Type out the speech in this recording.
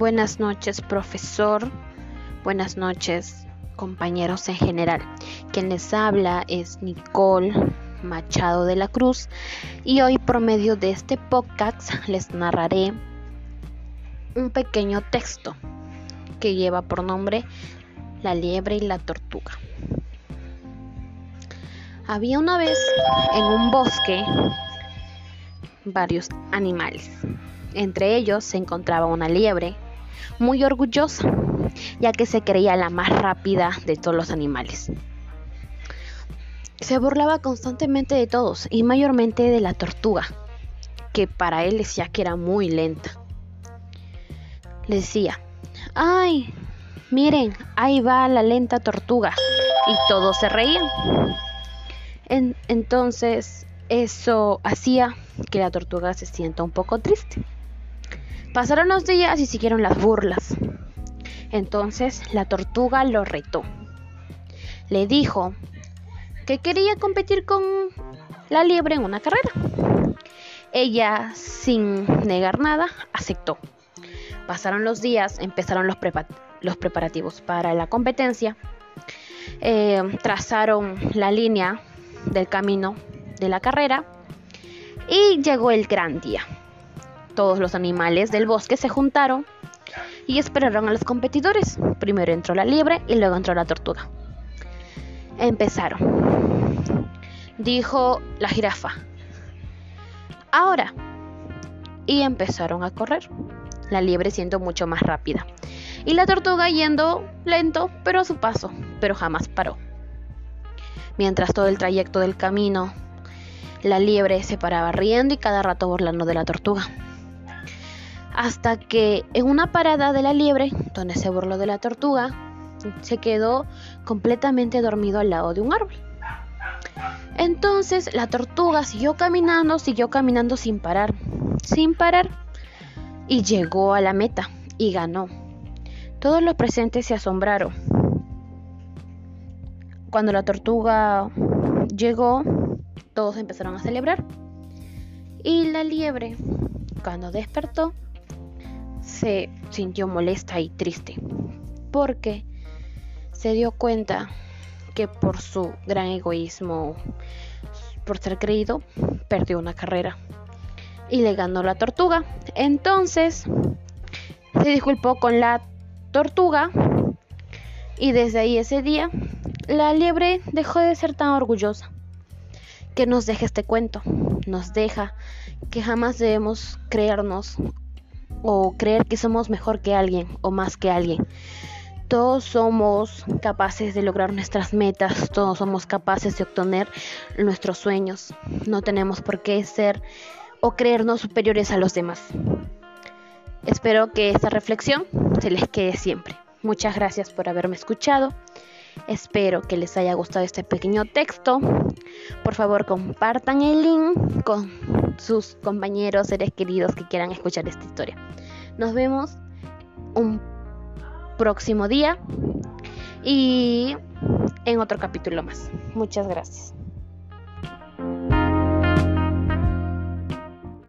Buenas noches, profesor. Buenas noches, compañeros en general. Quien les habla es Nicole Machado de la Cruz y hoy por medio de este podcast les narraré un pequeño texto que lleva por nombre La liebre y la tortuga. Había una vez en un bosque varios animales. Entre ellos se encontraba una liebre muy orgullosa, ya que se creía la más rápida de todos los animales. Se burlaba constantemente de todos y mayormente de la tortuga, que para él decía que era muy lenta. Le decía: ¡ay! Miren, ahí va la lenta tortuga. Y todos se reían. Entonces eso hacía que la tortuga se sienta un poco triste. Pasaron los días y siguieron las burlas. Entonces la tortuga lo retó. Le dijo que quería competir con la liebre en una carrera. Ella, sin negar nada, aceptó. Pasaron los días, empezaron los preparativos para la competencia. Trazaron la línea del camino de la carrera y llegó el gran día. Todos los animales del bosque se juntaron y esperaron a los competidores. Primero entró la liebre y luego entró la tortuga. Empezaron. Dijo la jirafa: ahora. Y empezaron a correr. La liebre siendo mucho más rápida y la tortuga yendo lento, pero a su paso, pero jamás paró. Mientras todo el trayecto del camino, la liebre se paraba riendo y cada rato burlando de la tortuga. Hasta que en una parada de la liebre, donde se burló de la tortuga, se quedó completamente dormido al lado de un árbol. Entonces la tortuga siguió caminando sin parar, y llegó a la meta y ganó. Todos los presentes se asombraron. Cuando la tortuga llegó, todos empezaron a celebrar. Y la liebre, cuando despertó, se sintió molesta y triste, porque se dio cuenta que por su gran egoísmo, por ser creído, perdió una carrera y le ganó la tortuga. Entonces se disculpó con la tortuga y desde ahí ese día la liebre dejó de ser tan orgullosa. ¿Qué nos deja este cuento? Nos deja que jamás debemos creernos o creer que somos mejor que alguien o más que alguien. Todos somos capaces de lograr nuestras metas, todos somos capaces de obtener nuestros sueños. No tenemos por qué ser o creernos superiores a los demás. Espero que esta reflexión se les quede siempre. Muchas gracias por haberme escuchado. Espero que les haya gustado este pequeño texto. Por favor, compartan el link con sus compañeros, seres queridos que quieran escuchar esta historia. Nos vemos un próximo día y en otro capítulo más. Muchas gracias.